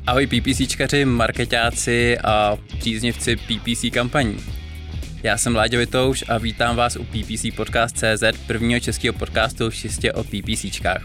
Ahoj PPCčkaři, marketáci a příznivci PPC kampaní. Já jsem Láďo Vitouš a vítám vás u PPC Podcast.cz, prvního českého podcastu čistě o PPCčkách.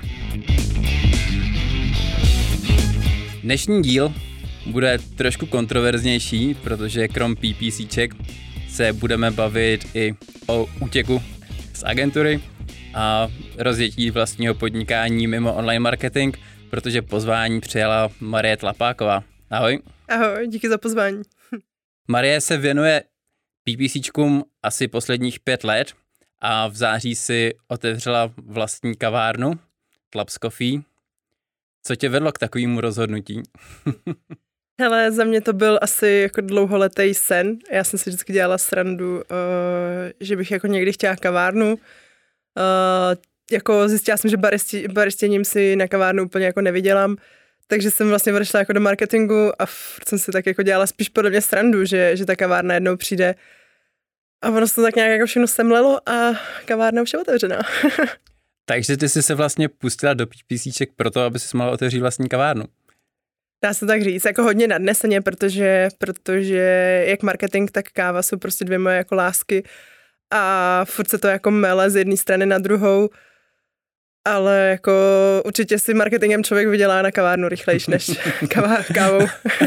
Dnešní díl bude trošku kontroverznější, protože krom PPCček se budeme bavit i o útěku z agentury a rozjetí vlastního podnikání mimo online marketing, protože pozvání přijala Marie Tlapáková. Ahoj. Ahoj, díky za pozvání. Marie se věnuje PPCčkům asi posledních 5 let a v září si otevřela vlastní kavárnu Tlap's Coffee. Co tě vedlo k takovému rozhodnutí? Hele, za mě to byl asi jako dlouholetý sen. Já jsem si vždycky dělala srandu, že bych jako někdy chtěla kavárnu. Jako zjistila jsem, že baristěním si na kavárnu úplně jako nevydělám, takže jsem vlastně odešla jako do marketingu a jsem si tak jako dělala spíš podle mě srandu, že ta kavárna jednou přijde. A ono se to tak nějak jako všechno semlelo a kavárna už je otevřená. Takže ty jsi se vlastně pustila do PPCček proto, aby si mohla otevřít vlastní kavárnu. Dá se tak říct, jako hodně nadneseně, protože jak marketing, tak káva jsou prostě dvě moje jako lásky a furt se to jako mele z jedné strany na druhou, ale jako určitě si marketingem člověk vydělá na kavárnu rychlejš než kávou.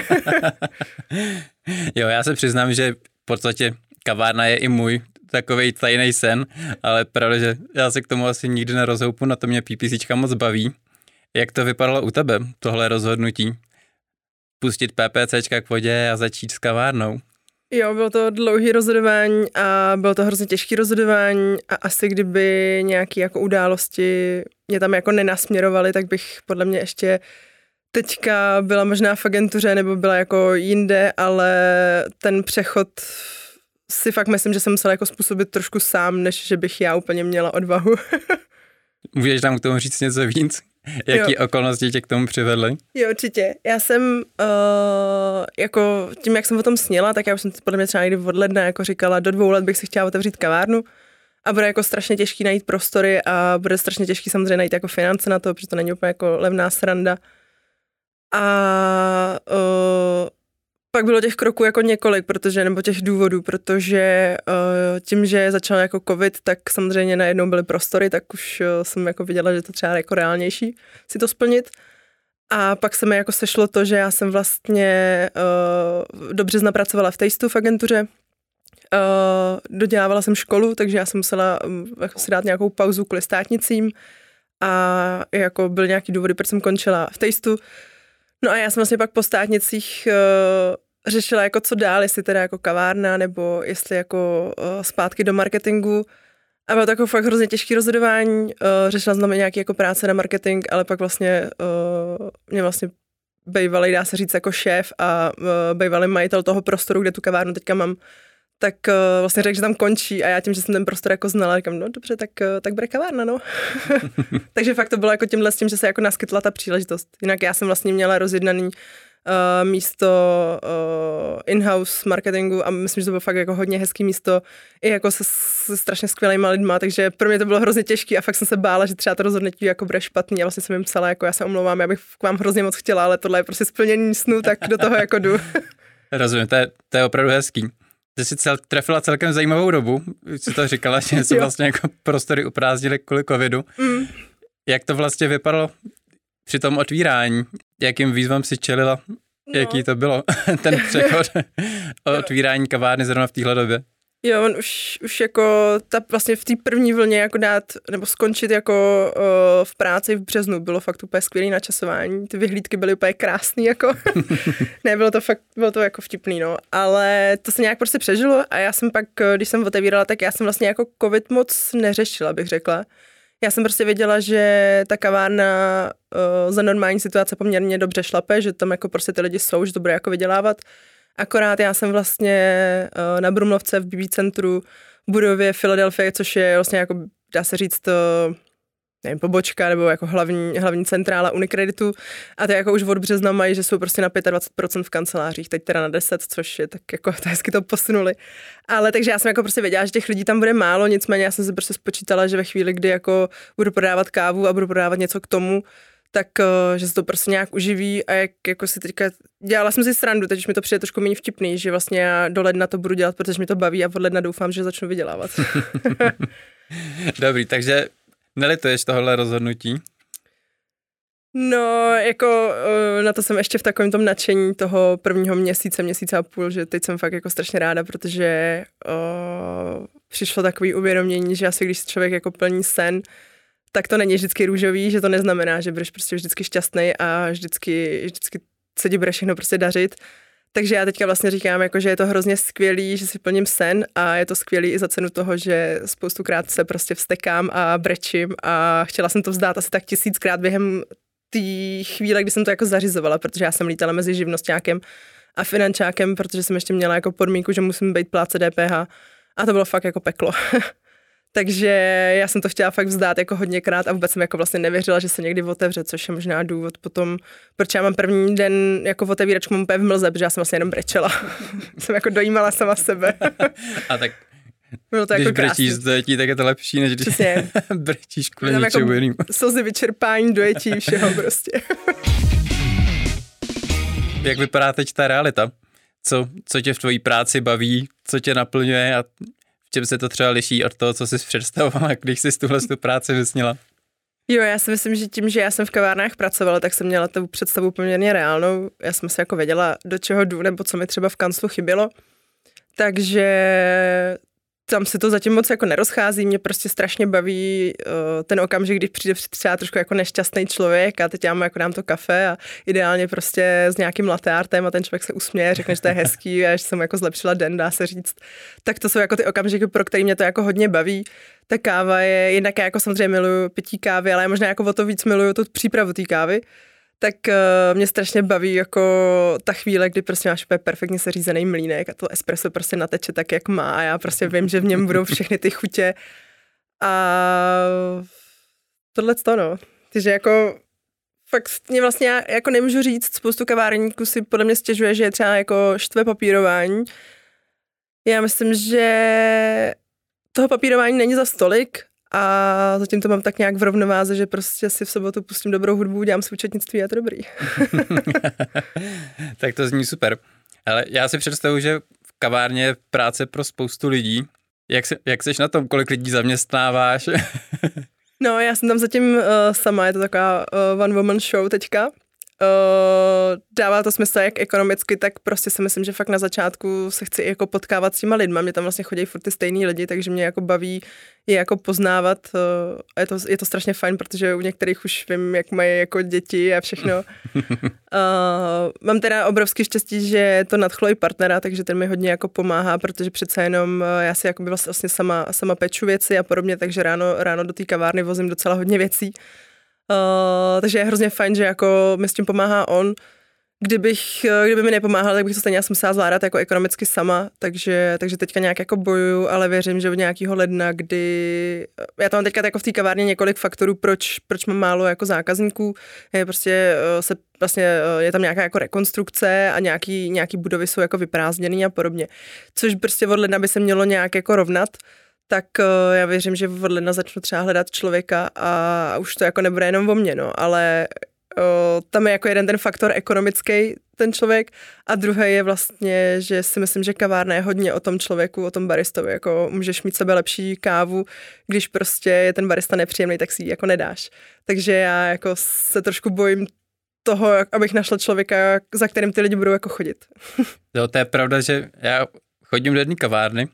Jo, já se přiznám, že v podstatě kavárna je i můj takovej tajný sen, ale pravda, že já se k tomu asi nikdy nerozhoupu, na to mě PPCčka moc baví. Jak to vypadalo u tebe, tohle rozhodnutí? Pustit PPCčka k vodě a začít s kavárnou? Jo, bylo to dlouhý rozhodování a bylo to hrozně těžký rozhodování a asi kdyby nějaké jako události mě tam jako nenasměrovaly, tak bych podle mě ještě teďka byla možná v agentuře nebo byla jako jinde, ale ten přechod si fakt myslím, že jsem musela jako způsobit trošku sám, než že bych já úplně měla odvahu. Můžeš nám k tomu říct něco víc? Jaký okolnosti tě k tomu přivedly? Jo, určitě. Já jsem jako tím, jak jsem o tom sněla, tak já už jsem podle mě třeba někdy od ledna jako říkala, do 2 let bych si chtěla otevřít kavárnu a bude jako strašně těžký najít prostory a bude strašně těžký samozřejmě najít jako finance na to, protože to není úplně jako levná sranda. A pak bylo těch kroků jako několik, nebo těch důvodů, protože tím, že začal jako covid, tak samozřejmě najednou byly prostory, tak už jsem jako viděla, že to třeba jako reálnější si to splnit. A pak se mi jako sešlo to, že já jsem vlastně do března pracovala v Tasteu v agentuře, dodělávala jsem školu, takže já jsem musela jako si dát nějakou pauzu kvůli státnicím a jako byly nějaký důvody, proč jsem končila v Tasteu. No a já jsem vlastně pak po státnicích řešila jako co dál, jestli teda jako kavárna nebo jestli jako zpátky do marketingu. A bylo to jako fakt hrozně těžký rozhodování. Řešila jsem nějaký jako práce na marketing, ale pak vlastně mě vlastně bývalý, dá se říct, jako šéf a bývalý majitel toho prostoru, kde tu kavárnu teďka mám, tak vlastně řekl, že tam končí a já tím, že jsem ten prostor jako znala, říkám, no dobře, tak bude kavárna, no. Takže fakt to bylo jako tímhle s tím, že se jako naskytla ta příležitost. Jinak já jsem vlastně měla rozjednaný místo in-house marketingu a myslím, že to bylo fakt jako hodně hezký místo i jako se strašně skvělýma lidma, takže pro mě to bylo hrozně těžký a fakt jsem se bála, že třeba to rozhodnutí jako bude špatný a vlastně jsem jim psala, jako já se omlouvám, já bych k vám hrozně moc chtěla, ale tohle je prostě splnění snu, tak do toho jako jdu. Rozumím, to je opravdu hezký. Ty jsi trefila celkem zajímavou dobu, jsi to říkala, že se vlastně jako prostory uprázdnily kvůli covidu. Jak to vlastně vypadalo při tom otvírání? Jakým výzvám si čelila? Jaký to bylo, ten přechod otvírání kavárny zrovna v téhle době? Jo, on už jako vlastně v té první vlně jako dát, nebo skončit jako v práci v březnu bylo fakt úplně skvělý načasování. Ty vyhlídky byly úplně krásný, jako. Ne, bylo to jako vtipný, no. Ale to se nějak prostě přežilo a já jsem pak, když jsem otevírala, tak já jsem vlastně jako covid moc neřešila, bych řekla. Já jsem prostě věděla, že ta kavárna za normální situace poměrně dobře šlape, že tam jako prostě ty lidi jsou, že to bude jako vydělávat. Akorát já jsem vlastně na Brumlovce v BB centru v budově Philadelphia, což je vlastně jako, dá se říct, nevím, pobočka nebo jako hlavní centrála Unikreditu a to jako už od března mají, že jsou prostě na 25% v kancelářích, teď teda na 10, což je tak jako to hezky to posunuli. Ale takže já jsem jako prostě věděla, že těch lidí tam bude málo, nicméně já jsem si prostě spočítala, že ve chvíli, kdy jako budu prodávat kávu a budu prodávat něco k tomu, tak že se to prostě nějak uživí a jak jako si teďka, dělala jsem si srandu, teď už mi to přijde trošku méně vtipný, že vlastně já do ledna to budu dělat, protože mi to baví a od ledna doufám, že začnu vydělávat. Dobrý, takže nelituješ tohle rozhodnutí? No, jako na to jsem ještě v takovém tom nadšení toho prvního měsíce a půl, že teď jsem fakt jako strašně ráda, protože přišlo takový uvědomění, že asi když člověk jako plní sen, tak to není vždycky růžový, že to neznamená, že budeš prostě vždycky šťastný a vždycky se ti bude všechno prostě dařit. Takže já teďka vlastně říkám, jako, že je to hrozně skvělý, že si plním sen a je to skvělý i za cenu toho, že spoustukrát se prostě vstekám a brečím a chtěla jsem to vzdát asi tak 1000krát během té chvíle, kdy jsem to jako zařizovala, protože já jsem lítala mezi živnostňákem a finančákem, protože jsem ještě měla jako podmínku, že musím být plátce DPH a to bylo fakt jako peklo. Takže já jsem to chtěla fakt vzdát jako hodněkrát a vůbec jsem jako vlastně nevěřila, že se někdy otevře, což je možná důvod potom, proč já mám první den jako otevíračku mám úplně v mlze, protože já jsem vlastně jenom brečela. Jsem jako dojímala sama sebe. A tak bylo to když jako brečíš z dojetí, tak je to lepší, než když brečíš kvůli něčemu jinému. Slzy, vyčerpání, dojetí, všeho prostě. Jak vypadá teď ta realita? Co tě v tvojí práci baví, co tě naplňuje a v čem se to třeba liší od toho, co jsi představovala, když jsi tuhle práci vysnila? Jo, já si myslím, že tím, že já jsem v kavárnách pracovala, tak jsem měla tu představu poměrně reálnou. Já jsem si jako věděla, do čeho jdu, nebo co mi třeba v kanclu chybělo. Takže tam se to zatím moc jako nerozchází, mě prostě strašně baví ten okamžik, když přijde třeba trošku jako nešťastný člověk a teď já mu jako dám to kafe a ideálně prostě s nějakým latte artem a ten člověk se usměje, řekne, že to je hezký a že jsem jako zlepšila den, dá se říct. Tak to jsou jako ty okamžiky, pro který mě to jako hodně baví. Ta káva je, jednak já jako samozřejmě miluju pití kávy, ale já možná jako o to víc miluju tu přípravu té kávy. Tak mě strašně baví jako ta chvíle, kdy prostě máš úplně perfektně seřízený mlýnek a to espresso prostě nateče tak, jak má a já prostě vím, že v něm budou všechny ty chutě a tohleto, no. Takže jako fakt mě vlastně já jako nemůžu říct, spoustu kavárníků si podle mě stěžuje, že je třeba jako štve papírování. Já myslím, že toho papírování není za stolik, a zatím to mám tak nějak v rovnováze, že prostě si v sobotu pustím dobrou hudbu, dělám si účetnictví a je to dobrý. Tak to zní super. Ale já si představuji, že v kavárně je práce pro spoustu lidí. Jak seš na tom, kolik lidí zaměstnáváš? No, já jsem tam zatím sama, je to taková one woman show teďka. Dává to smysl jak ekonomicky, tak prostě si myslím, že fakt na začátku se chci jako potkávat s těma lidma. Mě tam vlastně chodí furt ty stejný lidi, takže mě jako baví je jako poznávat. Je to strašně fajn, protože u některých už vím, jak mají jako děti a všechno. Mám teda obrovský štěstí, že to nadchlo i partnera, takže ten mi hodně jako pomáhá, protože přece jenom já si jako vlastně sama peču věci a podobně, takže ráno do té kavárny vozím docela hodně věcí. Takže je hrozně fajn, že jako mi s tím pomáhá on. Kdyby mi nepomáhal, tak bych to stejně musela zvládat jako ekonomicky sama, takže teďka nějak jako bojuju, ale věřím, že od nějakého ledna, kdy já tam mám teďka jako v té kavárně několik faktorů, proč mám málo jako zákazníků, je prostě je tam nějaká jako rekonstrukce a nějaký budovy jsou jako vyprázdněný a podobně, což prostě od ledna by se mělo nějak jako rovnat. Tak já věřím, že od ledna začnu třeba hledat člověka a už to jako nebude jenom o mně, no, ale tam je jako jeden ten faktor ekonomický, ten člověk, a druhý je vlastně, že si myslím, že kavárna je hodně o tom člověku, o tom baristovi, jako můžeš mít sebe lepší kávu, když prostě je ten barista nepříjemný, tak si ji jako nedáš. Takže já jako se trošku bojím toho, abych našla člověka, za kterým ty lidi budou jako chodit. Jo, to je pravda, že já chodím do jedné kavárny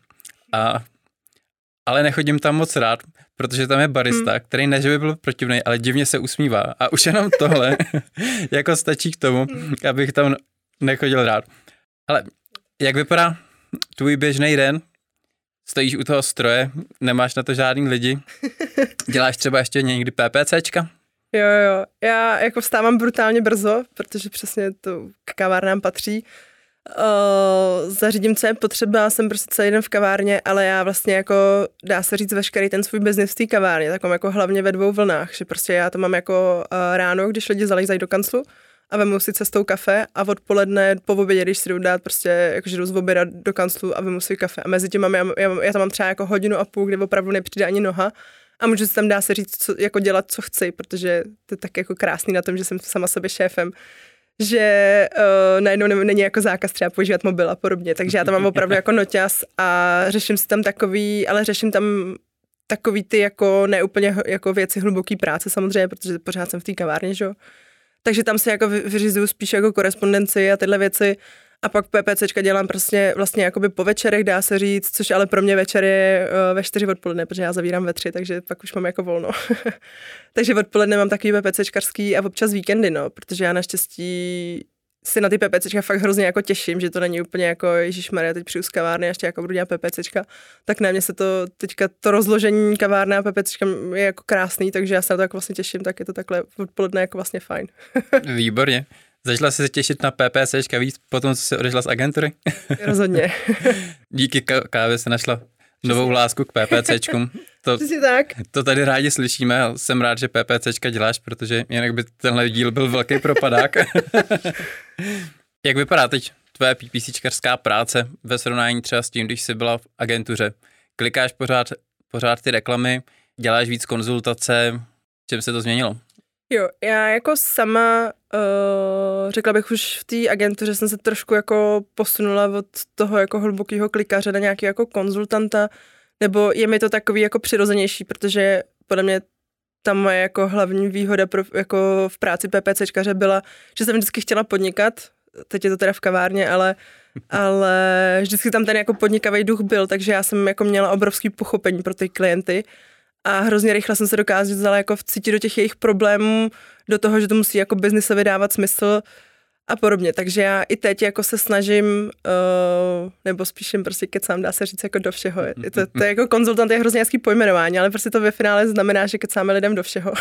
ale nechodím tam moc rád, protože tam je barista, který ne, že by byl protivnej, ale divně se usmívá. A už jenom tohle jako stačí k tomu, abych tam nechodil rád. Ale jak vypadá tvůj běžný den? Stojíš u toho stroje, nemáš na to žádný lidi, děláš třeba ještě někdy PPCčka? Jo, já jako vstávám brutálně brzo, protože přesně to k kavárnám patří. Zařídím, co je potřeba, jsem prostě celý den v kavárně, ale já vlastně jako, dá se říct, veškerý ten svůj biznis v té kavárně, tak mám jako hlavně ve 2 vlnách, že prostě já to mám jako ráno, když lidi zalízají do kanclu a vemu si cestou kafe a odpoledne po obědě, když si jdu dát prostě, jakože jdu z oběda do kanclu a vemu si kafe a mezi tím já tam mám třeba jako 1,5 hodiny, kdy opravdu nepřijde ani noha a můžu si tam, dá se říct, jako dělat, co chci, protože to je tak jako krásný na tom, že jsem sama sobě šéfem, že najednou není jako zákaz třeba používat mobil a podobně, takže já tam mám opravdu jako noťaz a řeším si tam řeším tam takový ty jako neúplně jako věci hluboký práce samozřejmě, protože pořád jsem v té kavárně, že jo. Takže tam se jako vyřizuju spíš jako korespondenci a tyhle věci a pak PPCčka dělám prostě vlastně jakoby po večerech, dá se říct, což ale pro mě večer je ve 4 odpoledne, protože já zavírám ve 3, takže pak už mám jako volno. Takže odpoledne mám takový PPCčkarský a občas víkendy, no, protože já naštěstí si na ty PPCčka fakt hrozně jako těším, že to není úplně jako ježišmarja, teď přijdu z kavárny a ještě jako budu dělat PPCčka, tak na mě se to teďka to rozložení kavárna a PPCčka je jako krásný, takže já se na to jako vlastně těším, tak je to takhle odpoledne jako vlastně fajn. Výborně. Začala jsi se těšit na PPCčka víc potom, co jsi odešla z agentury? Rozhodně. Díky kávě se našla novou lásku k PPCčkům. To tady rádi slyšíme a jsem rád, že PPCčka děláš, protože jinak by tenhle díl byl velký propadák. Jak vypadá teď tvoje PPCčkařská práce ve srovnání třeba s tím, když jsi byla v agentuře? Klikáš pořád ty reklamy, děláš víc konzultace, čem se to změnilo? Jo, já jako sama řekla bych už v té agentuře jsem se trošku jako posunula od toho jako hlubokého klikaře na nějaký jako konzultanta, nebo je mi to takový jako přirozenější, protože podle mě ta moje jako hlavní výhoda jako v práci PPCčkaře byla, že jsem vždycky chtěla podnikat, teď je to teda v kavárně, ale vždycky tam ten jako podnikavý duch byl, takže já jsem jako měla obrovský pochopení pro ty klienty a hrozně rychle jsem se dokázala jako vcítit do těch jejich problémů, do toho, že to musí jako biznisově dávat smysl a podobně. Takže já i teď jako se snažím, nebo spíš jim prostě kecám, dá se říct jako do všeho. To je jako konzultant je hrozně hezký pojmenování, ale prostě to ve finále znamená, že kecáme lidem do všeho.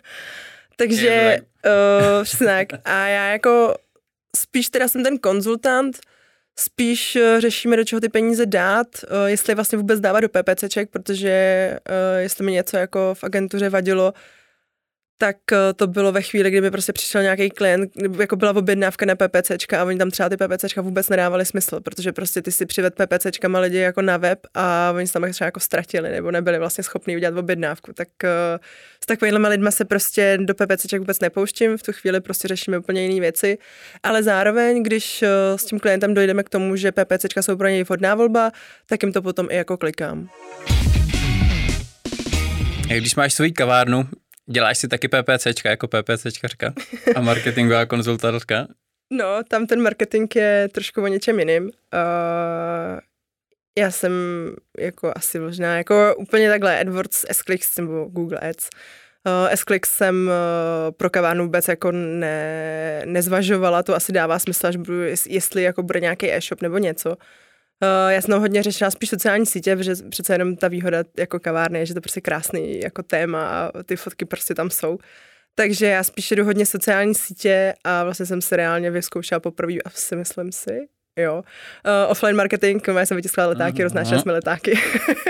Takže přesně tak. A já jako spíš teda jsem ten konzultant, spíš řešíme, do čeho ty peníze dát, jestli vlastně vůbec dávat do PPCček, protože jestli mi něco jako v agentuře vadilo, tak to bylo ve chvíli, kdy mi prostě přišel nějaký klient, jako byla objednávka na PPCčka a oni tam třeba ty PPCčka vůbec nedávali smysl, protože prostě ty si přived PPCčkama lidi jako na web a oni se tam třeba jako ztratili nebo nebyli vlastně schopní udělat objednávku. Tak s takovými lidmi se prostě do PPCček vůbec nepouštím, v tu chvíli prostě řešíme úplně jiné věci, ale zároveň, když s tím klientem dojdeme k tomu, že PPCčka jsou pro něj vhodná volba, tak jim to potom i jako klikám. Když máš svoji kavárnu, děláš si taky PPCčka jako PPCčkařka a marketingová konzultantka? No, tam ten marketing je trošku o něčem jiným. Já jsem jako asi možná jako úplně takhle AdWords, S-Clicks nebo Google Ads. S-Clicks jsem pro kavárnu vůbec jako nezvažovala, to asi dává smysl, až budu, jestli jako bude nějaký e-shop nebo něco. Já jsem hodně řešila spíš sociální sítě, protože přece jenom ta výhoda jako kavárny je, že to prostě krásný jako téma a ty fotky prostě tam jsou. Takže já spíš jdu hodně sociální sítě a vlastně jsem se reálně vyzkoušela poprvé a si myslím si, jo. Offline marketing, já jsem vytiskla letáky, roznášela jsme letáky.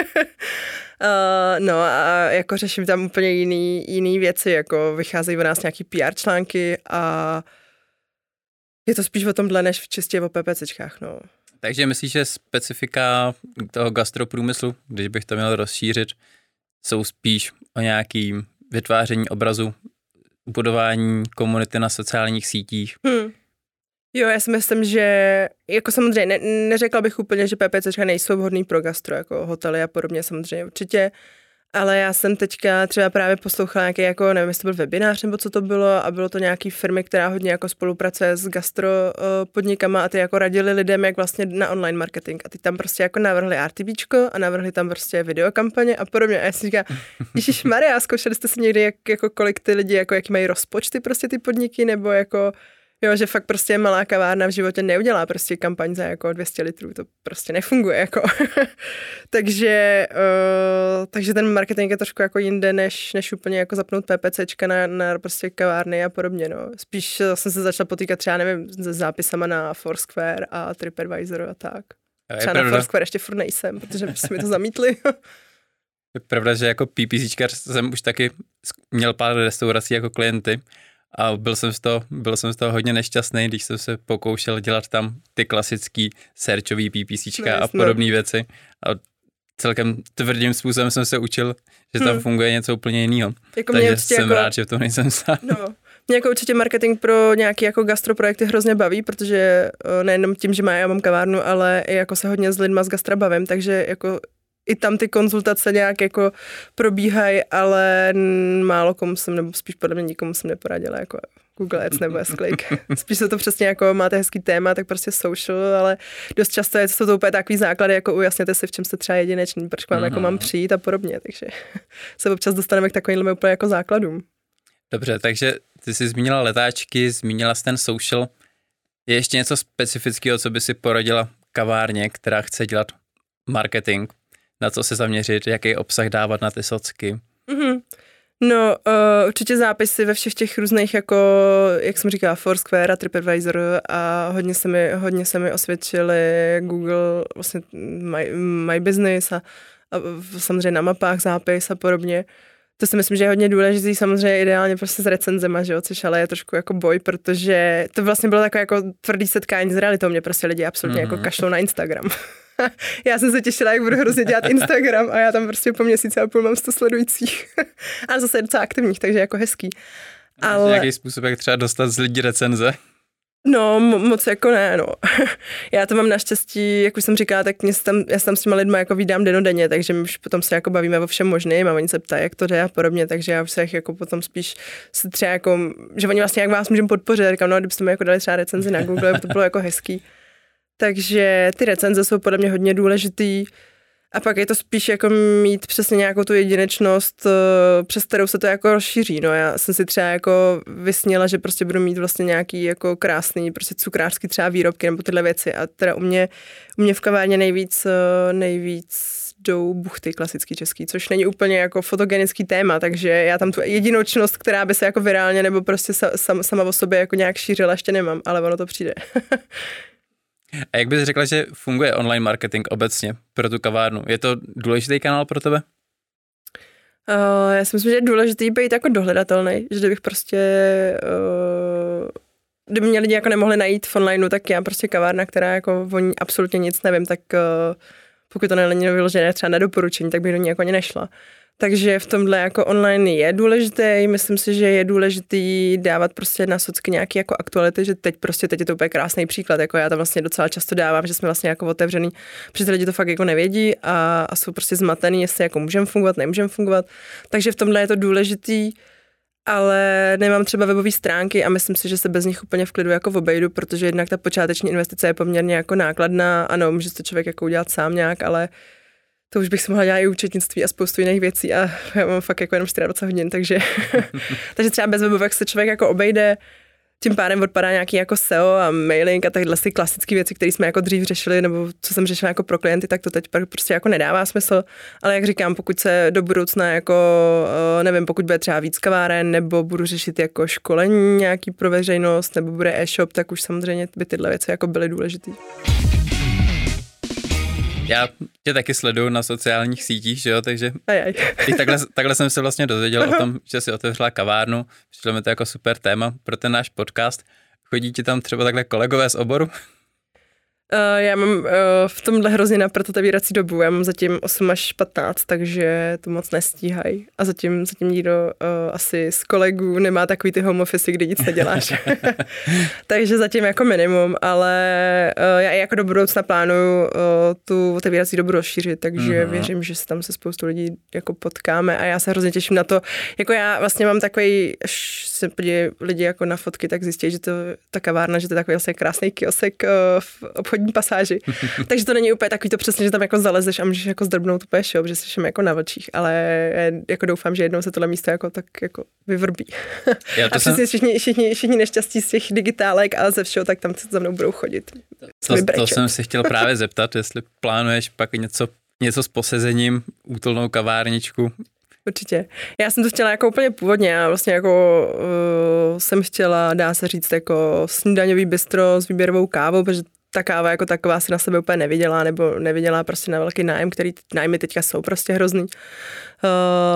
No a jako řeším tam úplně jiný věci, jako vycházejí od nás nějaký PR články a je to spíš o tomhle, než čistě o PPCčkách, no. Takže myslíš, že specifika toho gastroprůmyslu, když bych to měl rozšířit, jsou spíš o nějakým vytváření obrazu, budování komunity na sociálních sítích? Jo, já si myslím, že jako samozřejmě neřekla bych úplně, že PPCčka nejsou vhodný pro gastro, jako hotely a podobně samozřejmě určitě, ale já jsem teďka třeba právě poslouchala nějaký, jako nevím, jestli to byl webinář nebo co to bylo a bylo to nějaký firmy, která hodně jako spolupracuje s gastro podnikama a ty jako radili lidem, jak vlastně na online marketing a ty tam prostě jako navrhli RTBčko a navrhli tam prostě videokampaně a podobně a já si říkám, ježišmarja, zkoušeli jste si někdy jako kolik ty lidi, jako jaký mají rozpočty prostě ty podniky nebo jako jo, že fakt prostě malá kavárna v životě neudělá prostě kampaň za jako 200 litrů, to prostě nefunguje jako. takže ten marketing je trošku jako jinde, než úplně jako zapnout PPCčka na prostě kavárny a podobně, no. Spíš jsem se začala potýkat třeba, nevím, se zápisama na Foursquare a TripAdvisor a tak. Třeba na Foursquare ještě furt nejsem, protože prostě mi to zamítli. Je pravda, že jako PPCčkař jsem už taky měl pár restaurací jako klienty, a byl jsem z toho hodně nešťastný, když jsem se pokoušel dělat tam ty klasický searchový PPCčka a podobné věci. A celkem tvrdým způsobem jsem se učil, že tam funguje něco úplně jiného. Jako takže jsem rád, že to nejsem sám. No, mě jako určitě marketing pro nějaký jako gastroprojekty hrozně baví, protože nejenom tím, že já mám kavárnu, ale i jako se hodně s lidma z gastra bavím, takže jako i tam ty konzultace nějak jako probíhají, ale málo komu jsem, nebo spíš podle mě nikomu jsem neporadila, jako Google Ads nebo S-Click. Spíš se to přesně jako máte hezký téma, tak prostě social, ale dost často jsou to úplně takový základy, jako ujasněte si, v čem jste třeba jedinečný, proč vám jako mám přijít a podobně, takže se občas dostaneme k takovým úplně jako základům. Dobře, takže ty jsi zmínila letáčky, zmínila jsi ten social. Je ještě něco specifického, co by si poradila kavárně, která chce dělat marketing? Na co se zaměřit, jaký obsah dávat na ty socky? No, určitě zápisy ve všech těch různých, jako, jak jsem říkala, Foursquare a TripAdvisor a hodně se mi osvědčily Google, vlastně My Business a samozřejmě na mapách zápis a podobně. To si myslím, že je hodně důležitý, samozřejmě ideálně prostě s recenzema, že jo, což ale je trošku jako boj, protože to vlastně bylo takové jako tvrdý setkání s realitou, mě prostě lidi absolutně jako kašlou na Instagram. Já jsem se těšila, jak budu hrozně dělat Instagram a já tam prostě po měsíci a půl mám 100 sledujících. Ale zase je docela aktivních, takže jako hezký. Ale nějaký způsob, jak třeba dostat z lidí recenze? No, moc jako ne, no. Já to mám naštěstí, jak už jsem říkala, tak já se tam s těma lidma jako vídám dennodenně, takže my už potom se jako bavíme o všem možným a oni se ptají, jak to jde a podobně, takže já už se jako potom spíš se třeba jako, že oni vlastně jak vás můžeme podpořit, říkám, no, kdybyste mi jako dali třeba recenzi na Google, to bylo jako hezký. Takže ty recenze jsou podle mě hodně důležitý. A pak je to spíš jako mít přesně nějakou tu jedinečnost, přes kterou se to jako rozšíří. No, já jsem si třeba jako vysněla, že prostě budu mít vlastně nějaký jako krásný prostě cukrářský třeba výrobky nebo tyhle věci. A teda u mě v kavárně nejvíc jdou buchty klasický český, což není úplně jako fotogenický téma, takže já tam tu jedinečnost, která by se jako virálně nebo prostě sama o sobě jako nějak šířila, ještě nemám, ale ono to přijde. A jak bys řekla, že funguje online marketing obecně pro tu kavárnu? Je to důležitý kanál pro tebe? Já si myslím, že je důležitý být jako dohledatelný, že kdybych prostě, kdyby mě lidi jako nemohli najít v onlineu, tak já prostě kavárna, která jako o ní absolutně nic nevím, tak pokud to není vyložené třeba na doporučení, tak bych do ní jako ani nešla. Takže v tomhle jako online je důležité, myslím si, že je důležitý dávat prostě na socky nějaké jako aktuality, že teď je to úplně krásný příklad, jako já tam vlastně docela často dávám, že jsme vlastně jako otevřený, protože ty lidi to fakt jako nevědí a jsou prostě zmatený, jestli jako můžeme fungovat, nemůžeme fungovat, takže v tomhle je to důležitý, ale nemám třeba webové stránky a myslím si, že se bez nich úplně v klidu jako obejdu, protože jednak ta počáteční investice je poměrně jako nákladná, ano, může to člověk jako udělat sám nějak, ale to už bych si mohla dělat i účetnictví a spoustu jiných věcí a já mám fakt jako jenom 24 hodin, takže třeba bez webovek se člověk jako obejde, tím pádem odpadá nějaký jako SEO a mailing a takhle si klasické věci, které jsme jako dřív řešili, nebo co jsem řešila jako pro klienty, tak to teď prostě jako nedává smysl, ale jak říkám, pokud se do budoucna jako, nevím, pokud bude třeba víc kaváren, nebo budu řešit jako školení nějaký pro veřejnost, nebo bude e-shop, tak už samozřejmě by tyhle věci jako byly důležitý. Já tě taky sleduju na sociálních sítích, že jo, takže i takhle jsem se vlastně dozvěděl o tom, že jsi otevřela kavárnu, přišlo mi to jako super téma pro ten náš podcast. Chodí ti tam třeba takhle kolegové z oboru? Já mám v tomhle hrozně naprt otevírací dobu, já mám zatím 8 až 15, takže to moc nestíhají. A zatím nikdo asi z kolegů nemá takový ty home office, kdy nic neděláš. Takže zatím jako minimum, ale já jako do budoucna plánuju tu otevírací dobu rozšířit, takže věřím, že se tam se spoustu lidí jako potkáme a já se hrozně těším na to. Jako já vlastně mám takový, až se podívají lidi jako na fotky, tak zjistí, že to ta kavárna, že to je takový vlastně krásný kiosek v obchodní pasáži. Takže to není úplně takový to přesně, že tam jako zalezeš a můžeš jako zdrbnout úplně shop, že jsi jako na vlčích, ale jako doufám, že jednou se tohle místo jako tak jako vyvrbí. A přesně všichni nešťastí z těch digitálek a ze všeho, tak tam za mnou budou chodit. To jsem si chtěl právě zeptat, jestli plánuješ pak něco s posezením, útulnou kavárničku. Určitě. Já jsem to chtěla jako úplně původně, já vlastně jako jsem chtěla, dá se říct, jako snídaňový bistro s výběrovou kávou, protože ta káva jako taková si na sebe úplně neviděla, nebo neviděla prostě na velký nájem, který nájmy teďka jsou prostě hrozný.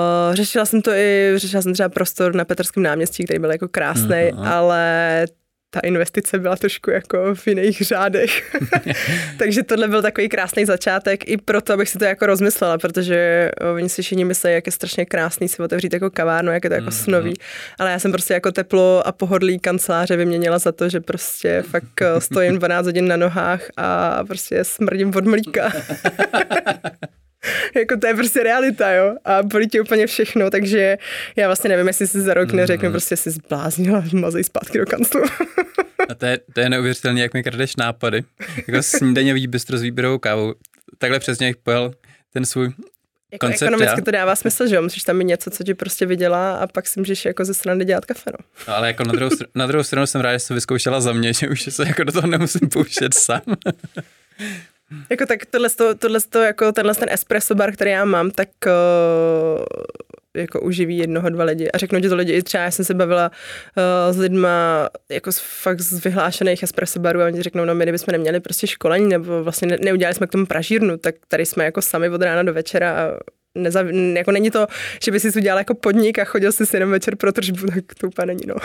Řešila jsem třeba prostor na Petrském náměstí, který byl jako krásný, ale ta investice byla trošku jako v jiných řádech. Takže tohle byl takový krásný začátek i proto, abych si to jako rozmyslela, protože oni si všichni myslí, jak je strašně krásný si otevřít jako kavárnu, jak je to jako snový. Ale já jsem prostě jako teplo a pohodlí kanceláře vyměnila za to, že prostě fakt stojím 12 hodin na nohách a prostě smrdím od mlíka. Jako to je prostě realita, jo. A bolí tě úplně všechno, takže já vlastně nevím, jestli si za rok neřeknu, prostě si zbláznila, mazej zpátky do kanclu. A to je neuvěřitelné, jak mi kradeš nápady. Jako snídaňový bistro s výběrovou kávou. Takhle přesně jak pojel ten svůj jako koncept. Ekonomicky to dává smysl, že jo? Musíš tam mít něco, co ti prostě vydělá a pak si můžeš jako ze srandy dělat kafe, no. No, ale jako na druhou stranu jsem rád, že jsi to vyzkoušela za mě, že už se jako do toho nemusím pouštět sám. Jako tak jako tenhle ten espresso bar, který já mám, tak jako uživí 1-2 lidi. A řeknu ti to lidi, i třeba já jsem se bavila s lidma jako fakt z vyhlášených espresso barů a oni řeknou, no my kdybychom neměli prostě školení nebo vlastně neudělali jsme k tomu pražírnu, tak tady jsme jako sami od rána do večera a jako není to, že by si udělal jako podnik a chodil si jenom večer pro tržbu, tak to úplně není, no.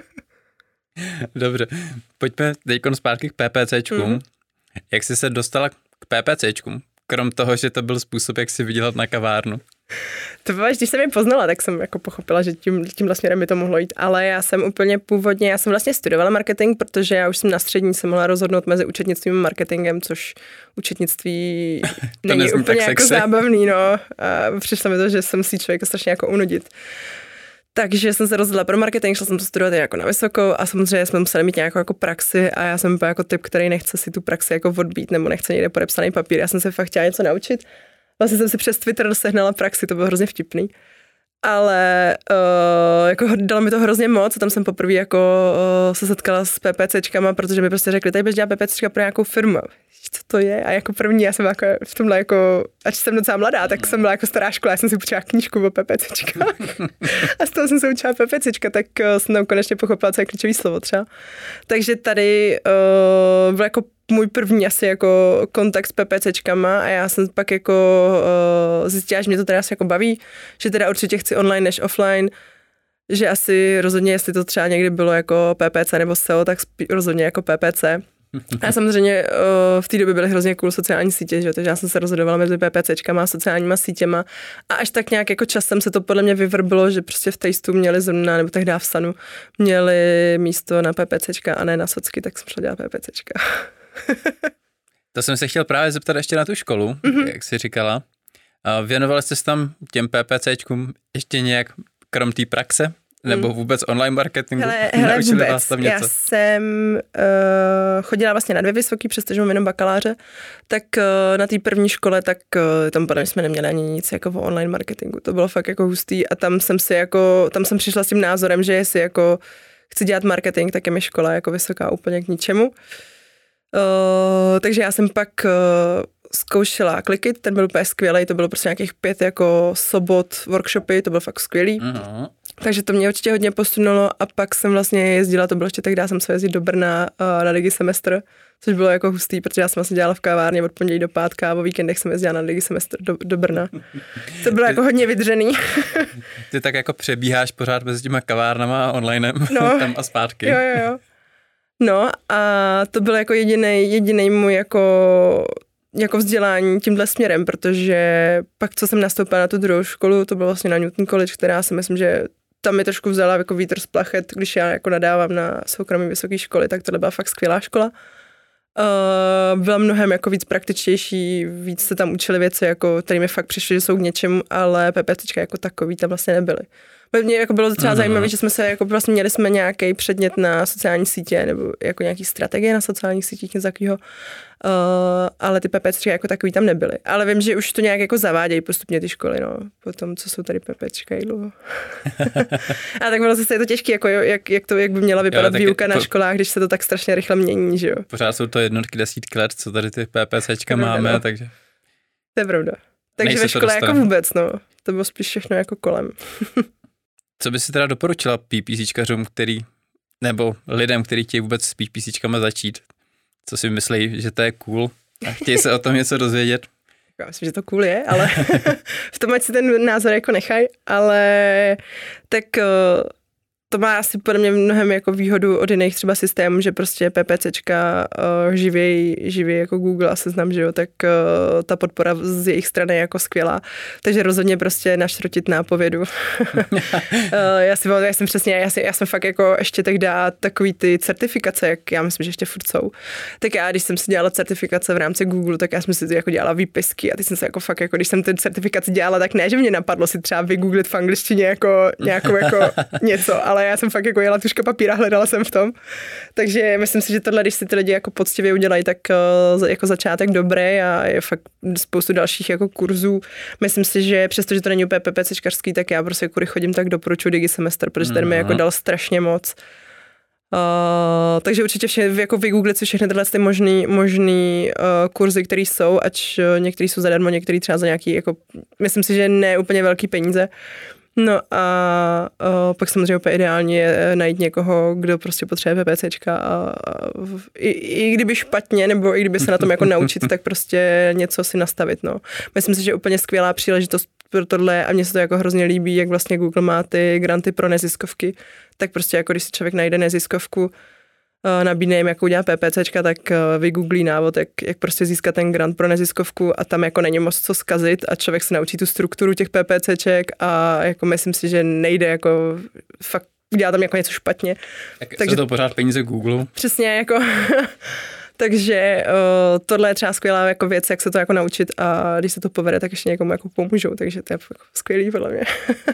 Dobře, pojďme teďkon zpátky k PPCčkům. Jak jsi se dostala k PPCčkům? Krom toho, že to byl způsob, jak si vydělat na kavárnu. To bylo, když jsem je poznala, tak jsem jako pochopila, že tímhle směrem by to mohlo jít. Ale já jsem úplně původně, já jsem vlastně studovala marketing, protože já už jsem na střední se mohla rozhodnout mezi účetnictvím a marketingem, což účetnictví není úplně jako zábavný, no. A přišlo mi to, že se musí člověk strašně jako unudit. Takže jsem se rozhodla pro marketing, šla jsem to studovat jako na vysokou a samozřejmě jsme museli mít nějakou jako praxi a já jsem jako typ, který nechce si tu praxi jako odbít nebo nechce někde podepsaný papír. Já jsem se fakt chtěla něco naučit. Vlastně jsem si přes Twitter sehnala praxi, to bylo hrozně vtipný. Ale jako dalo mi to hrozně moc a tam jsem poprvé jako se setkala s PPCčkama, protože mi prostě řekli, tady běž dělat PPCčka pro nějakou firmu. Co to je? A jako první, já jsem jako v tomhle jako, ač jsem docela mladá, tak jsem byla jako stará škola, já jsem si učila knížku o PPCčkách a z toho jsem se učila PPCčka, tak jsem tam konečně pochopila, co je klíčový slovo třeba. Takže tady byl jako můj první asi jako kontakt s PPCčkama a já jsem pak jako zjistila, že mě to teda asi jako baví, že teda určitě chci online než offline, že asi rozhodně, jestli to třeba někdy bylo jako PPC nebo SEO, tak rozhodně jako PPC. A samozřejmě v té době byly hrozně cool sociální sítě, že? Takže já jsem se rozhodovala mezi PPCčkama a sociálníma sítěma a až tak nějak jako časem se to podle mě vyvrbilo, že prostě v Tasteu měli zrovna, nebo tehdy v Sanu, měli místo na PPCčka a ne na socky, tak jsem šla dělat PPCčka. To jsem se chtěl právě zeptat ještě na tu školu, jak jsi říkala. Věnovali jste se tam těm PPCčkům ještě nějak krom té praxe? Nebo vůbec online marketingu? Hele vůbec. Já jsem chodila vlastně na 2 vysoký, přestože mám jenom bakaláře, tak na té první škole, tak tam podle mě jsme neměli ani nic jako o online marketingu. To bylo fakt jako hustý a tam jsem přišla s tím názorem, že jestli jako chci dělat marketing, tak je mi škola jako vysoká úplně k ničemu. Takže já jsem pak zkoušela Clickit, ten byl úplně skvělej, to bylo prostě nějakých 5 jako sobot workshopy, to bylo fakt skvělý. Takže to mě určitě hodně posunulo a pak jsem vlastně jezdila, to bylo ještě tak, dá jsem se jezdit do Brna na digisemestr, což bylo jako hustý, protože já jsem vlastně dělala v kávárně od pondělí do pátka a o víkendech jsem jezdila na digisemestr do Brna. To bylo jako hodně vydřený. Ty tak jako přebíháš pořád mezi těma kavárnama a onlinem tam a zpátky. Jo. No a to byl jako jedinej můj jako vzdělání tímhle směrem, protože pak, co jsem nastoupila na tu druhou školu, to bylo vlastně na Newton College, která si myslím, že tam mi trošku vzala jako vítr z plachet, když já jako nadávám na soukromé vysoké školy, tak tohle byla fakt skvělá škola. Byla mnohem jako víc praktičtější, víc se tam učili věci, jako, které mi fakt přišly, že jsou k něčemu, ale PPCčka jako takový tam vlastně nebyly. Mně jako bylo třeba zajímavé, že jsme se jako vlastně měli jsme nějaký předmět na sociální sítě nebo jako nějaký strategie na sociálních sítích, něco takového, ale ty PPCčka jako takový tam nebyly. Ale vím, že už to nějak jako zavádějí postupně ty školy, no, potom, co jsou tady PPCčka i dlouho. A tak bylo zase je to těžké, jako jak by měla vypadat výuka na školách, když se to tak strašně rychle mění, že jo. Pořád jsou to jednotky, desítky let, co tady ty PPCčka máme, no. Takže... To je pravda. Takže ve škole jako vůbec, no. To bylo spíš všechno jako kolem. Co by si teda doporučila PPCčkařům, nebo lidem, kteří chtějí vůbec s PPCčkama začít? Co si myslí, že to je cool a chtějí se o tom něco dozvědět? Já myslím, že to cool je, ale v tom ať si ten názor jako nechaj, ale tak to má asi podle mě mnohem jako výhodu od jiných třeba systémů, že prostě PPCčka živěj jako Google a Seznam, že jo, tak ta podpora z jejich strany je jako skvělá. Takže rozhodně prostě našrotit nápovědu. Já jsem fakt jako ještě tak dát takový ty certifikace, jak já myslím, že ještě furt jsou. Tak já, když jsem si dělala certifikace v rámci Google, tak já jsem si jako dělala výpisky a teď jsem se jako fakt, jako když jsem ty certifikaci dělala, tak ne, že mě napadlo si třeba vygooglit v angličtině jako nějakou jako něco, ale já jsem fakt jako jela tuška papíra, hledala jsem v tom. Takže myslím si, že tohle, když si ty lidi jako poctivě udělají, tak jako začátek dobrý a je fakt spoustu dalších jako kurzů. Myslím si, že přestože to není úplně PPCčkařský, tak já prostě kudy chodím, tak doporučuji DigiSemestr, protože ten mi jako dal strašně moc. Takže určitě jako vygooglit si všechny tyhle ty možný kurzy, které jsou, ať některý jsou zadarmo, některý třeba za nějaký, jako, myslím si, že ne úplně velký peníze. No a pak samozřejmě úplně ideálně je najít někoho, kdo prostě potřebuje PPCčka a i kdyby špatně, nebo i kdyby se na tom jako naučit, tak prostě něco si nastavit, no. Myslím si, že je úplně skvělá příležitost pro tohle a mně se to jako hrozně líbí, jak vlastně Google má ty granty pro neziskovky, tak prostě jako když si člověk najde neziskovku, nabídne jim, jak udělat PPCčka, tak vygooglí návod, jak prostě získat ten grant pro neziskovku a tam jako není moc co zkazit a člověk se naučí tu strukturu těch PPCček a jako myslím si, že nejde jako fakt udělat tam jako něco špatně. Takže to pořád peníze Google. Přesně, jako takže tohle je třeba skvělá jako věc, jak se to jako naučit a když se to povede, tak ještě někomu jako pomůžou, takže to je jako skvělý podle mě.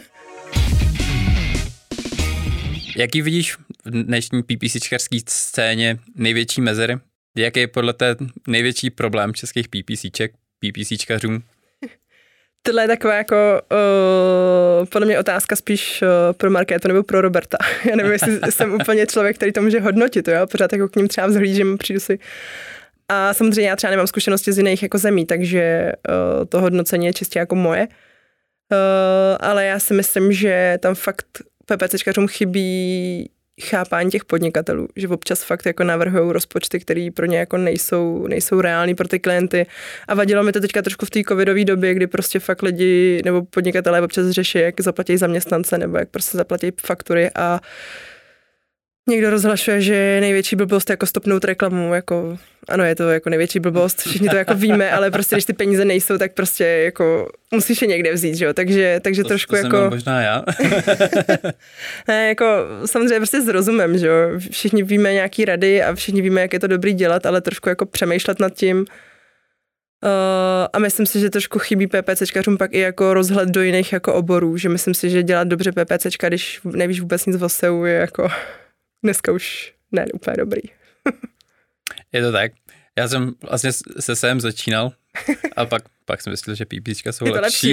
Jaký vidíš v dnešní PPCčkarské scéně největší mezery? Jaký je podle té největší problém českých PPCčkařů? Tohle je taková jako podle mě otázka spíš pro Markétu nebo pro Roberta. Já nevím, jestli jsem úplně člověk, který to může hodnotit, jo? Pořád jako k ním třeba vzhlížím, přijdu si. A samozřejmě já třeba nemám zkušenosti z jiných jako zemí, takže to hodnocení je čistě jako moje. Ale já si myslím, že tam fakt PPCčkařům chybí chápání těch podnikatelů, že občas fakt jako navrhují rozpočty, které pro ně jako nejsou reální pro ty klienty. A vadilo mi to teďka trošku v té covidové době, kdy prostě fakt lidi nebo podnikatelé občas řeší, jak zaplatí zaměstnance nebo jak prostě zaplatí faktury a někdo rozhlašuje, že největší blbost jako stopnout reklamu, jako ano, je to jako největší blbost, všichni to jako víme, ale prostě když ty peníze nejsou, tak prostě jako musíš je někde vzít, že jo, takže to trošku to jako... možná já. Ne, jako samozřejmě prostě s rozumem, že jo, všichni víme nějaký rady a všichni víme, jak je to dobrý dělat, ale trošku jako přemýšlet nad tím a myslím si, že trošku chybí PPCčkařům pak i jako rozhled do jiných jako oborů, že myslím si, že dělat dobře PPCčka, když nevíš vůbec nic o SEO, je jako dneska už ne úplně dobrý. Je to tak. Já jsem vlastně se SEM začínal a pak jsem myslel, že PPCčka jsou lepší.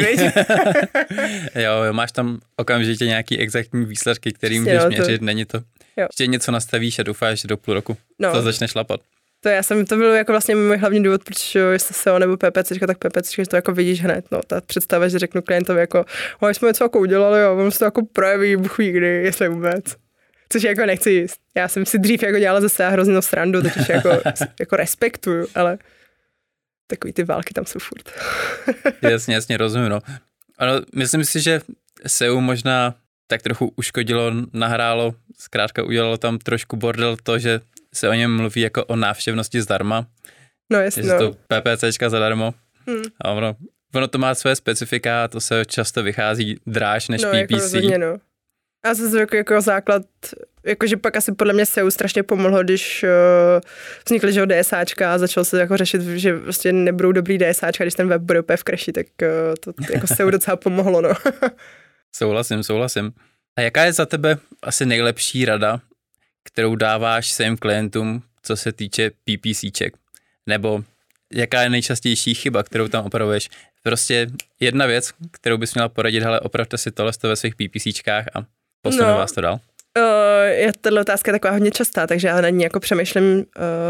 Jo, máš tam okamžitě nějaký exaktní výsledky, který můžeš měřit, není to. Ještě něco nastavíš a doufáš, že do půl roku to začne šlapat. To bylo jako vlastně můj hlavní důvod, proč jestli SEO nebo PPCčka, tak PPCčka, že to jako vidíš hned, no, ta představa, že řeknu klientovi jako, jsme něco jako udělali a on se to jako projeví, buch ví kdy, jestli vůbec. Což jako nechci jíst. Já jsem si dřív jako dělala zase hroznou srandu, totiž jako respektuju, ale takový ty války tam jsou furt. Jasně, rozumím, no. Ale myslím si, že SEO možná tak trochu uškodilo, nahrálo, zkrátka udělalo tam trošku bordel to, že se o něm mluví jako o návštěvnosti zdarma. No jasně. Že to PPCčka zadarmo. A ono to má své specifika a to se často vychází dráž než PPC. Jako rozhodně, no. A zase jako základ, jakože pak asi podle mě SEO strašně pomohlo, když vznikly, že DSAčka a začalo se jako řešit, že vlastně nebudou dobrý DSAčka, když ten web bude úplně v crashi, tak to jako SEO docela pomohlo, no. Souhlasím. A jaká je za tebe asi nejlepší rada, kterou dáváš svým klientům, co se týče PPCček? Nebo jaká je nejčastější chyba, kterou tam opravuješ? Prostě jedna věc, kterou bys měla poradit, hele, opravte si tohle ve svých PPCčkách a posunu vás to dál. Tato otázka je taková hodně častá, takže já na ní jako přemýšlím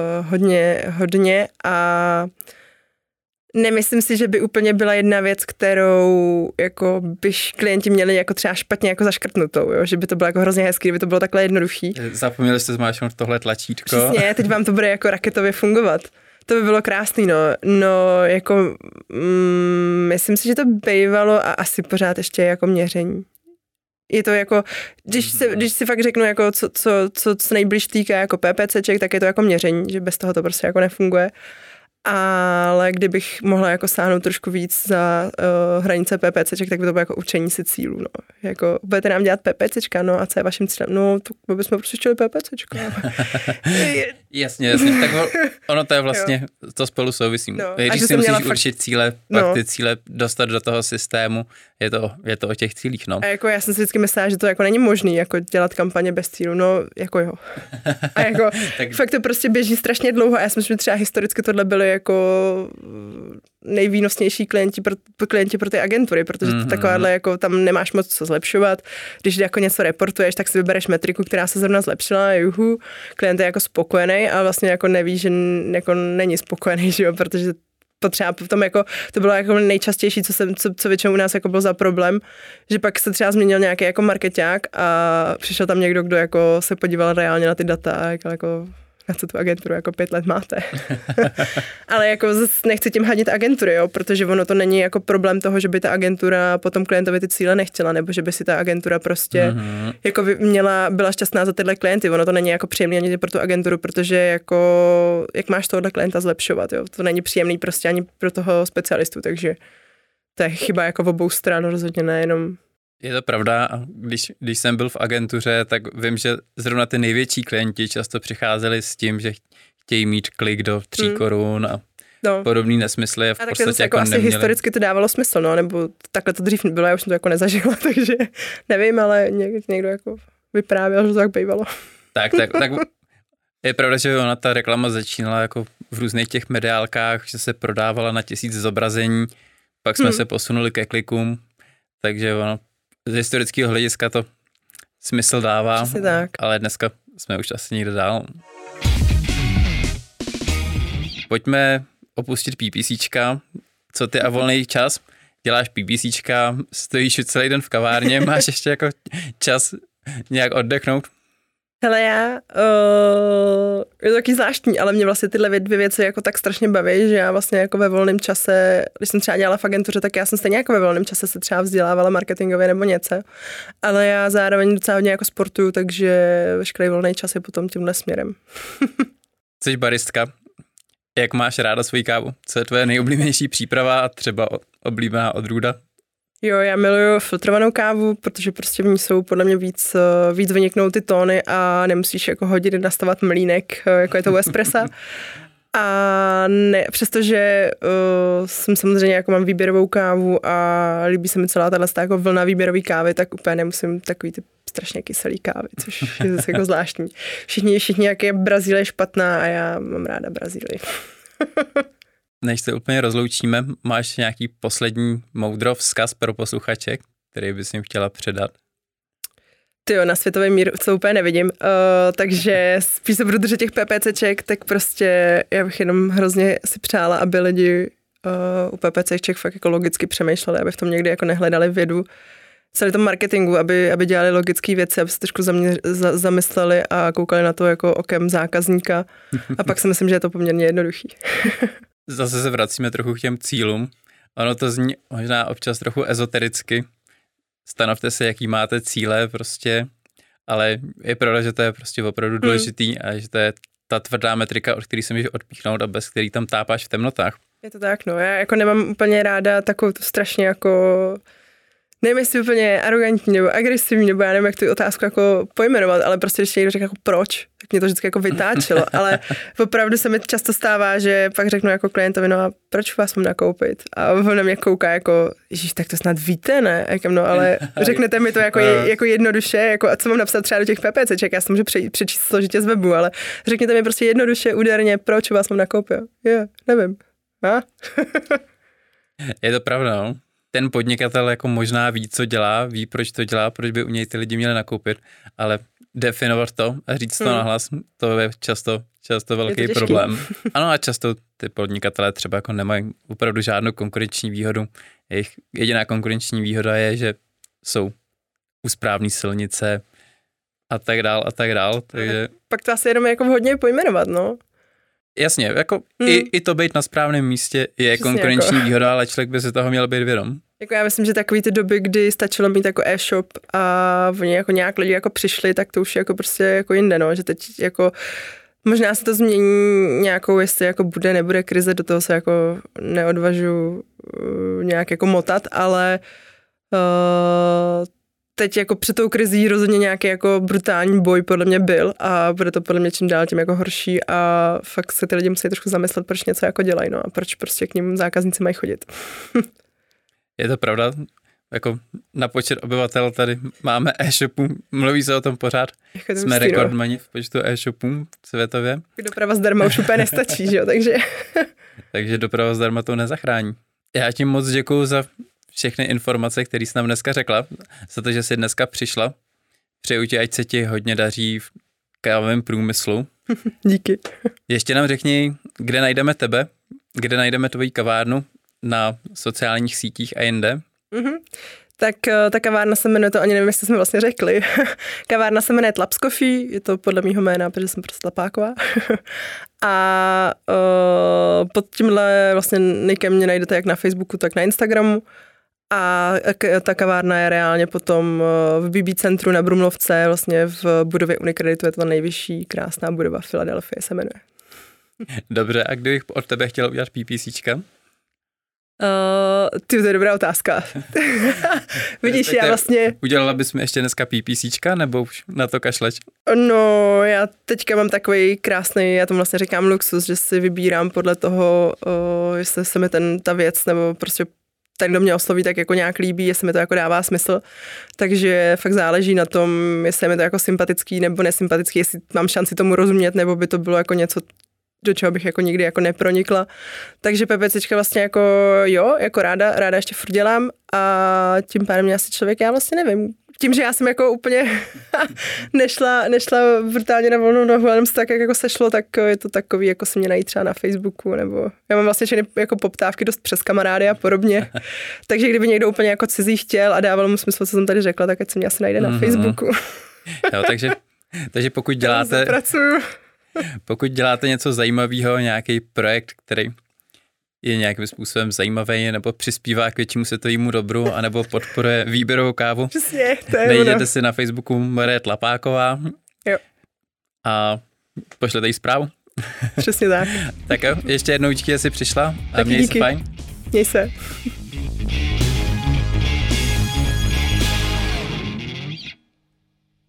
hodně a nemyslím si, že by úplně byla jedna věc, kterou jako byš klienti měli jako třeba špatně jako zaškrtnutou, jo? Že by to bylo jako hrozně hezký, kdyby to bylo takhle jednoduchý. Zapomněli jste zmáčknout tohle tlačítko. Přesně, teď vám to bude jako raketově fungovat. To by bylo krásný, no jako myslím si, že to bývalo a asi pořád ještě jako měření. Je to jako, když si fakt řeknu, jako co nejbliž týká jako PPCček, tak je to jako měření, že bez toho to prostě jako nefunguje. Ale kdybych mohla jako sáhnout trošku víc za hranice PPCček, tak by to bylo jako učení si cílů, no. Jako budete nám dělat PPCčka, no a co je vaším cílem? No, to bychom prostě chtěli PPCčka. Jasně, tak ono to je vlastně, to spolu souvisí. No, když si musíš určit cíle, pak ty cíle dostat do toho systému, je to o těch cílích, no. A jako já jsem si vždycky myslela, že to jako není možný, jako dělat kampaně bez cílu, no, jako jo. A jako tak fakt to prostě běží strašně dlouho a já si myslím, že třeba historicky tohle byly jako nejvýnosnější klienti pro ty agentury, protože takováhle jako tam nemáš moc co zlepšovat. Když jako něco reportuješ, tak si vybereš metriku, která se zrovna zlepšila, juhu, klient je jako spokojený a vlastně jako neví, že jako není spokojený, že jo, protože potřeba potom jako, to bylo jako nejčastější, co většinou u nás jako byl za problém, že pak se třeba změnil nějaký jako markeťák a přišel tam někdo, kdo jako se podíval reálně na ty data a jako na co tu agenturu jako 5 let máte. Ale jako zase nechci tím hadit agentury, jo, protože ono to není jako problém toho, že by ta agentura potom klientovi ty cíle nechtěla, nebo že by si ta agentura prostě jako byla šťastná za tyhle klienty. Ono to není jako příjemný ani pro tu agenturu, protože jako jak máš tohohle klienta zlepšovat, jo. To není příjemný prostě ani pro toho specialistu, takže to je chyba jako v obou stran, rozhodně nejenom. Je to pravda a když jsem byl v agentuře, tak vím, že zrovna ty největší klienti často přicházeli s tím, že chtějí mít klik do 3 korun a podobný nesmysly. A v podstatě jako asi neměli. Historicky to dávalo smysl, no, nebo takhle to dřív bylo, já už jsem to jako nezažila, takže nevím, ale někdo jako vyprávěl, že to tak bývalo. Tak je pravda, že ona ta reklama začínala jako v různých těch mediálkách, že se prodávala na 1000 zobrazení, pak jsme se posunuli ke klikům, takže ono z historického hlediska to smysl dává, ale dneska jsme už asi někde dál. Pojďme opustit PPCčka. Co ty a volný čas? Děláš PPCčka, stojíš celý den v kavárně, máš ještě jako čas nějak oddechnout? Hele, je to taky zvláštní, ale mě vlastně tyhle 2 věci jako tak strašně baví, že já vlastně jako ve volném čase, když jsem třeba dělala v agentuře, tak já jsem stejně jako ve volném čase se třeba vzdělávala marketingově nebo něco, ale já zároveň docela hodně jako sportuju, takže veškerý volný čas je potom tímhle směrem. Jsi baristka, jak máš ráda svoji kávu? Co je tvoje nejoblíbenější příprava a třeba oblíbená odrůda? Jo, já miluju filtrovanou kávu, protože prostě v ní jsou podle mě víc vyniknou ty tóny a nemusíš jako hodiny nastavovat mlýnek, jako je to u espressa. A ne, přestože jsem samozřejmě jako mám výběrovou kávu a líbí se mi celá tato jako vlna výběrový kávy, tak úplně nemusím takový ty strašně kyselý kávy, což je zase jako zvláštní. Všichni jak je Brazílie špatná a já mám ráda Brazílii. Než se úplně rozloučíme, máš nějaký poslední moudro, vzkaz pro posluchače, který bys jim chtěla předat? Tyjo, na světový mír co úplně nevidím, takže spíš se budu držet těch PPCček, tak prostě já bych jenom hrozně si přála, aby lidi u PPCček fakt jako logicky přemýšleli, aby v tom někdy jako nehledali vědu, celý tom marketingu, aby dělali logické věci, aby se trošku zamysleli a koukali na to jako okem zákazníka a pak si myslím, že je to poměrně jednoduchý. Zase se vracíme trochu k těm cílům. Ono to zní možná občas trochu ezotericky. Stanovte si, jaký máte cíle prostě, ale je pravda, že to je prostě opravdu důležitý a že to je ta tvrdá metrika, od který se můžeš odpíchnout a bez který tam tápáš v temnotách. Je to tak, no. Já jako nemám úplně ráda takovou tu strašně jako, nevím, jestli úplně arrogantní nebo agresivní, nebo já nevím, jak tu otázku jako pojmenovat, ale prostě když někdo řekne jako proč, tak mě to vždycky jako vytáčelo, ale opravdu se mi často stává, že pak řeknu jako klientovi, no a proč vás mám nakoupit? A on na mě kouká jako, ježíš, tak to snad víte, ne? No, ale řeknete mi to jako jednoduše, jako a co mám napsat třeba do těch PPCček, já si můžu přečíst složitě z webu, ale řekněte mi prostě jednoduše, úderně, proč vás mám nakoupil? Nevím. Je to pravda, no. Ten podnikatel jako možná ví, co dělá, ví, proč to dělá, proč by u něj ty lidi měli nakoupit, ale definovat to a říct to nahlas, to je často velký problém. Ano, a často ty podnikatelé třeba jako nemají opravdu žádnou konkurenční výhodu. Jejich jediná konkurenční výhoda je, že jsou u správné silnice a tak dál. Takže... Pak to asi jenom jako hodně pojmenovat, no. Jasně, jako i to být na správném místě je přesně konkurenční výhoda, ale člověk by si toho měl být vědom. Jako já myslím, že takový ty doby, kdy stačilo mít jako e-shop a oni jako nějak lidi jako přišli, tak to už je jako prostě jako jinde, no, že teď jako možná se to změní nějakou, jestli jako bude, nebude krize, do toho se jako neodvažu nějak jako motat, ale teď jako před tou krizí rozhodně nějaký jako brutální boj podle mě byl a bude to podle mě čím dál tím jako horší a fakt se ty lidi musí trošku zamyslet, proč něco jako dělají, no a proč prostě k nim zákazníci mají chodit. Je to pravda, jako na počet obyvatel tady máme e-shopů, mluví se o tom pořád, jsme rekordmani v počtu e-shopů světově. Doprava zdarma už úplně nestačí, že jo, takže... Takže doprava zdarma to nezachrání. Já ti moc děkuju za všechny informace, které jsi nám dneska řekla, za to, že jsi dneska přišla. Přeju ti, ať se ti hodně daří v kávovém průmyslu. Díky. Ještě nám řekni, kde najdeme tebe, kde najdeme tvoji kavárnu na sociálních sítích a jinde. Mm-hmm. Tak ta kavárna se jmenuje, to ani nevím, jestli jsme vlastně řekli. Kavárna se jmenuje Tlaps Coffee, je to podle mýho jména, protože jsem prostě Tlapáková. A pod tímhle vlastně nickem mě najdete jak na Facebooku, tak na Instagramu. A ta kavárna je reálně potom v BB centru na Brumlovce, vlastně v budově Unikreditu, je to ta nejvyšší krásná budova Filadelfie se jmenuje. Dobře, a kdybych od tebe chtěl udělat PPCčka? To je dobrá otázka. Vidíš, já vlastně... Udělala bys mi ještě dneska PPCčka, nebo už na to kašleš? No, já teďka mám takový krásný, já tomu vlastně říkám luxus, že si vybírám podle toho, jestli se mi ta věc, nebo prostě ten, kdo mě osloví, tak jako nějak líbí, jestli mi to jako dává smysl. Takže fakt záleží na tom, jestli je mi to jako sympatický nebo nesympatický, jestli mám šanci tomu rozumět, nebo by to bylo jako něco, do čeho bych jako nikdy jako nepronikla. Takže PPCčka vlastně jako jo, jako ráda ještě furt dělám a tím pádem mě asi člověk, já vlastně nevím. Tím, že já jsem jako úplně nešla brutálně na volnou nohu, ale se tak jako sešlo, tak je to takový, jako se mě najít třeba na Facebooku, nebo já mám vlastně všechny jako poptávky dost přes kamarády a podobně. Takže kdyby někdo úplně jako cizí chtěl a dával mu smysl, co jsem tady řekla, tak ať se mě asi najde na Facebooku. Jo, takže pokud děláte něco zajímavého, nějaký projekt, který je nějakým způsobem zajímavý, nebo přispívá k většímu světovému dobru, anebo podporuje výběrovou kávu. Přesně, to je Najděte si na Facebooku Marie Tlapáková. Jo. A pošlete jí zprávu. Přesně tak. Tak jo, ještě jednou díky, že jsi přišla a taky měj díky. se fajn. Měj se.